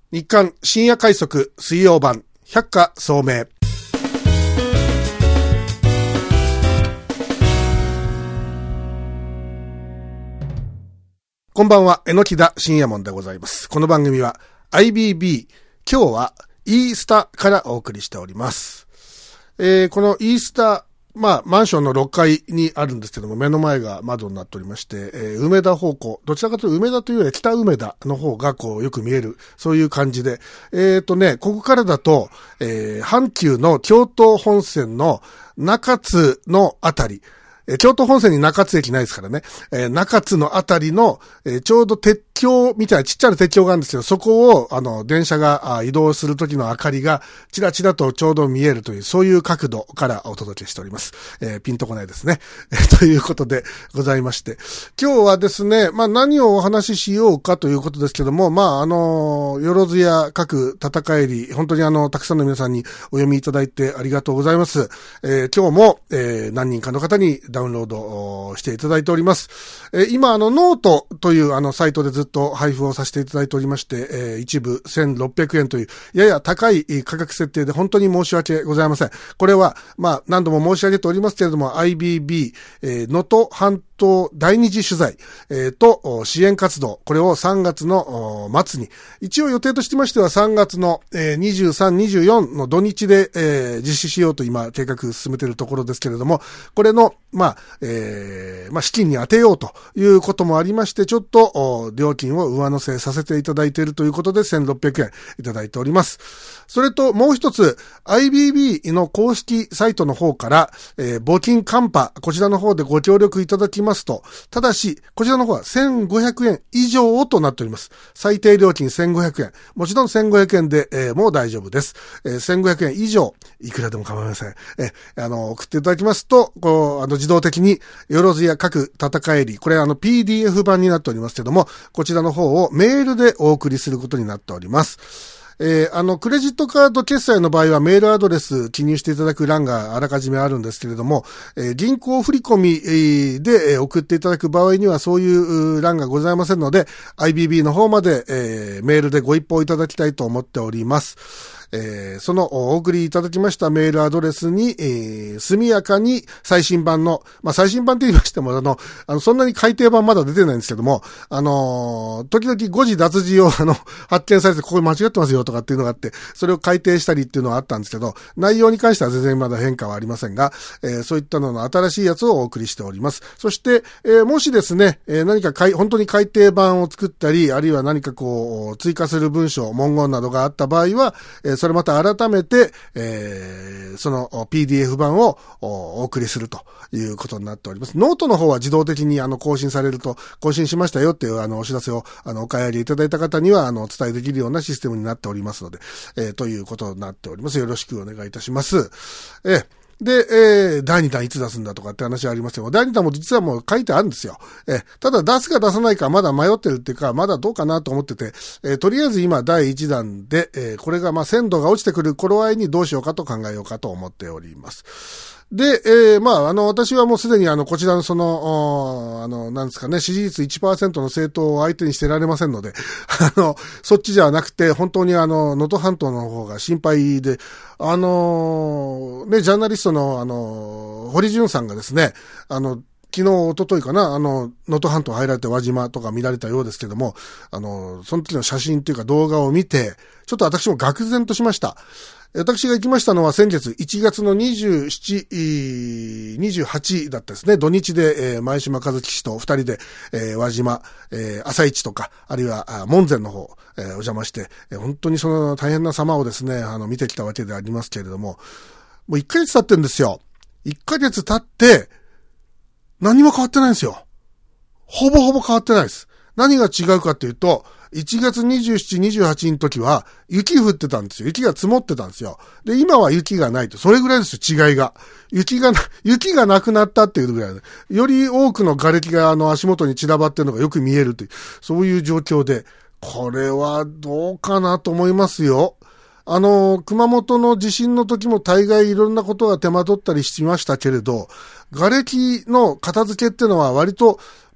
日刊深夜快速水曜版百花聡明。こんばんは、榎田深夜門でございます。この番組は IBB、今日はイースタからお送りしております。このイースタマンションの6階にあるんですけども、目の前が窓になっておりまして、梅田方向、どちらかというと梅田というより北梅田の方がこうよく見える、そういう感じで、ここからだと、阪急の京都本線の中津のあたり、京都本線に中津駅ないですからね。中津のあたりの、ちょうど鉄橋みたいなちっちゃな鉄橋があるんですけど、そこを、電車が移動する時の明かりが、ちらちらとちょうど見えるという、そういう角度からお届けしております。ピンとこないですね。ということでございまして。今日はですね、何をお話ししようかということですけども、よろずや各戦えり、本当にたくさんの皆さんにお読みいただいてありがとうございます。今日も、何人かの方にダウンロードしていただいております。今ノートというサイトでずっと配布をさせていただいておりまして、一部1600円というやや高い価格設定で本当に申し訳ございません。これは何度も申し上げておりますけれども IBB、能登半島第二次取材、と支援活動、これを3月の末に、一応予定としてましては3月の23、24の土日で実施しようと今計画進めているところですけれども、これの資金に当てようということもありまして、ちょっと料金を上乗せさせていただいているということで1600円いただいております。それともう一つ IBB の公式サイトの方から、募金カンパ、こちらの方でご協力いただきますと、ただしこちらの方は1500円以上となっております。最低料金1500円、もちろん1500円で、もう大丈夫です。1500円以上いくらでも構いません。送っていただきますと、自動的によろずや各戦えり、これPDF 版になっておりますけども、こちらの方をメールでお送りすることになっております。クレジットカード決済の場合はメールアドレス記入していただく欄があらかじめあるんですけれども、銀行振込で送っていただく場合にはそういう欄がございませんので、IBB の方まで、メールでご一報いただきたいと思っております。そのお送りいただきましたメールアドレスに、速やかに最新版の、最新版って言いましても、そんなに改訂版まだ出てないんですけども、時々誤字脱字を発見されて、ここ間違ってますよとかっていうのがあって、それを改訂したりっていうのはあったんですけど、内容に関しては全然まだ変化はありませんが、そういったのの新しいやつをお送りしております。そして、もしですね、何か本当に改訂版を作ったり、あるいは何か追加する文章、文言などがあった場合は、それまた改めて、その PDF 版をお送りするということになっております。ノートの方は自動的に更新されると、更新しましたよっていうお知らせをお買い上げいただいた方にはお伝えできるようなシステムになっておりますので、ということになっております。よろしくお願いいたします。で、第2弾いつ出すんだとかって話はありますよ。第2弾も実はもう書いてあるんですよ。ただ出すか出さないかまだ迷ってるっていうか、まだどうかなと思ってて、とりあえず今第1弾で、これが鮮度が落ちてくる頃合いにどうしようかと考えようかと思っております。で、私はもうすでにこちらのなんですかね、支持率 1% の政党を相手にしてられませんので、そっちじゃなくて、本当に能登半島の方が心配で、ジャーナリストの堀潤さんがですね、昨日、一昨日かな、能登半島入られて輪島とか見られたようですけども、その時の写真というか動画を見て、ちょっと私も愕然としました。私が行きましたのは先月1月の27、28だったですね。土日で、前島和樹氏と二人で、輪島、朝市とか、あるいは門前の方、お邪魔して、本当にその大変な様をですね、見てきたわけでありますけれども、もう1ヶ月経ってるんですよ。1ヶ月経って、何も変わってないんですよ。ほぼほぼ変わってないです。何が違うかっていうと、1月27、28の時は雪降ってたんですよ。雪が積もってたんですよ。で、今は雪がないと。それぐらいですよ、違いが。雪がなくなったっていうぐらいで。より多くの瓦礫が足元に散らばってるのがよく見えるという、そういう状況で、これはどうかなと思いますよ。熊本の地震の時も大概いろんなことが手間取ったりしましたけれど、瓦礫の片付けってのは割と、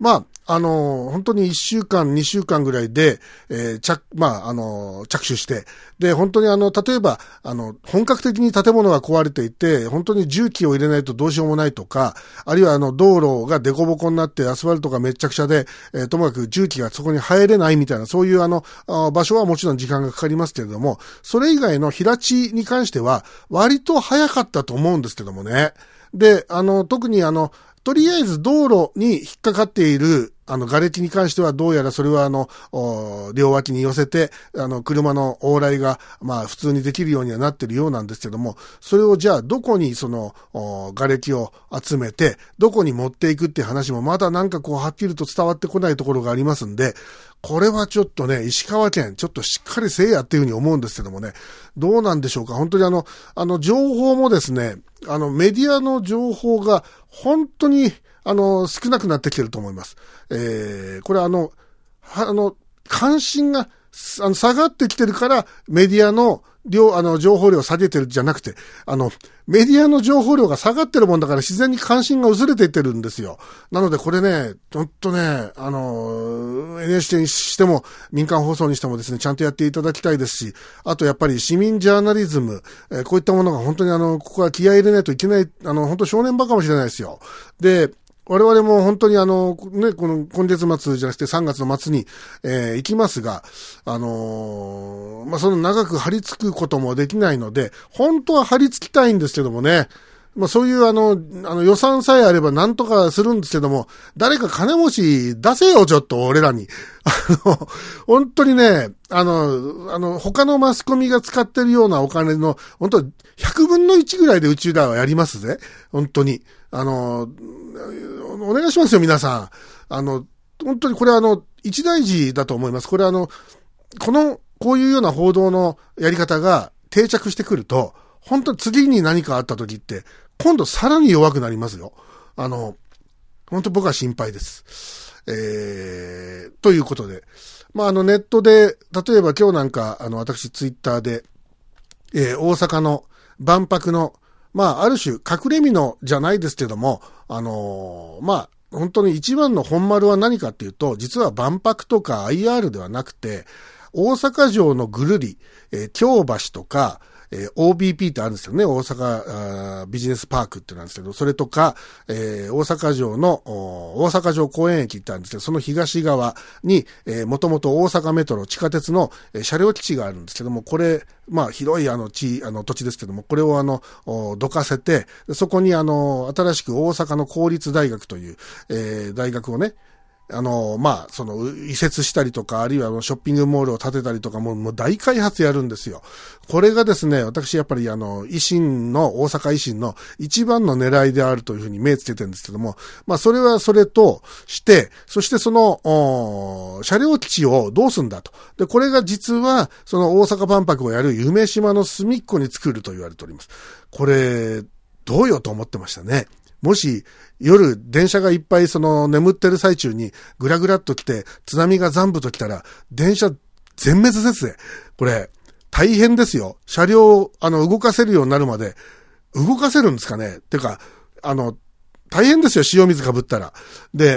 本当に1週間、2週間ぐらいで、着手して、で、本当に例えば、本格的に建物が壊れていて、本当に重機を入れないとどうしようもないとか、あるいは道路が凸凹になってアスファルトがめっちゃくちゃで、ともかく重機がそこに入れないみたいな、そういう場所はもちろん時間がかかりますけれども、それ以外の平地に関しては、割と早かったと思うんですけどもね。で、特にとりあえず道路に引っかかっている瓦礫に関してはどうやらそれは両脇に寄せて、車の往来が、普通にできるようにはなっているようなんですけども、それをじゃあどこに瓦礫を集めて、どこに持っていくっていう話もまだなんかはっきりと伝わってこないところがありますんで、これはちょっとね、石川県、ちょっとしっかりせえやっていうふうに思うんですけどもね、どうなんでしょうか。本当に情報もですね、メディアの情報が本当に、少なくなってきてると思います。これ関心が、下がってきてるから、メディアの情報量を下げてるじゃなくて、メディアの情報量が下がってるもんだから自然に関心が薄れていってるんですよ。なのでこれね、ほんとね、NHK にしても民間放送にしてもですね、ちゃんとやっていただきたいですし、あとやっぱり市民ジャーナリズム、こういったものが本当にここは気合い入れないといけない、本当正念場かもしれないですよ。で、我々も本当にこの今月末じゃなくて3月の末に、行きますが、その長く張り付くこともできないので、本当は張り付きたいんですけどもね、そういう予算さえあれば何とかするんですけども、誰か金持ち出せよ、ちょっと俺らに。本当にね、他のマスコミが使ってるようなお金の、本当100分の1ぐらいで宇宙大はやりますぜ。本当に。お願いしますよ、皆さん。本当にこれ一大事だと思います。これこういうような報道のやり方が定着してくると、本当に次に何かあった時って、今度さらに弱くなりますよ。本当僕は心配です。ということで。ネットで、例えば今日なんか、私ツイッターで、大阪の万博の、ある種、隠れ蓑じゃないですけども、本当に一番の本丸は何かっていうと、実は万博とか IR ではなくて、大阪城のぐるり、京橋とか、OBP ってあるんですよね。大阪ビジネスパークってなんですけど、それとか、大阪城の大阪城公園駅ってあるんですけど、その東側に、もともと大阪メトロ地下鉄の、車両基地があるんですけども、これ、広い土地ですけども、これをどかせて、そこに新しく大阪の公立大学という、大学をね、移設したりとか、あるいはショッピングモールを建てたりとか、もう大開発やるんですよ。これがですね、私やっぱり大阪維新の一番の狙いであるというふうに目つけてるんですけども、それはそれとして、そしてその、車両基地をどうすんだと。で、これが実は、その大阪万博をやる夢島の隅っこに作ると言われております。これ、どうよと思ってましたね。もし、夜、電車がいっぱい眠ってる最中に、ぐらぐらっと来て、津波が残部と来たら、電車全滅ですね。これ、大変ですよ。車両、動かせるようになるまで、動かせるんですかね。てか、大変ですよ、塩水かぶったら。で、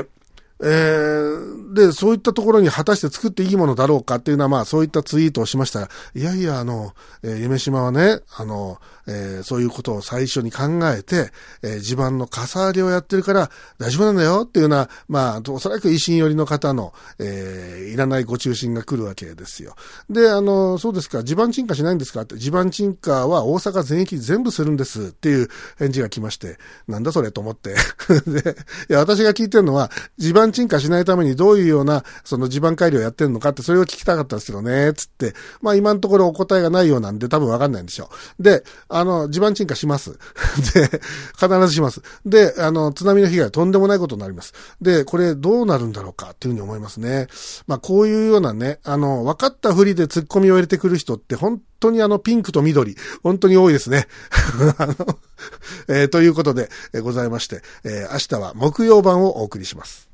そういったところに果たして作っていいものだろうかっていうのは、そういったツイートをしましたら、いやいや、夢島はね、そういうことを最初に考えて、地盤のかさ上げをやってるから大丈夫なんだよっていうような、おそらく維新寄りの方の、いらないご中心が来るわけですよ。で、そうですか、地盤沈下しないんですかって、地盤沈下は大阪全域全部するんですっていう返事が来まして、なんだそれと思って。で、いや、私が聞いてるのは、地盤沈下しないためにどういうような、地盤改良をやってるのかって、それを聞きたかったんですけどね、つって、今のところお答えがないようなんで多分わかんないんですよ。で、地盤沈下します。で、必ずします。で、津波の被害はとんでもないことになります。で、これどうなるんだろうかっていうふうに思いますね。こういうようなね、分かったふりで突っ込みを入れてくる人って本当にピンクと緑、本当に多いですね。ということで、ございまして、明日は木曜版をお送りします。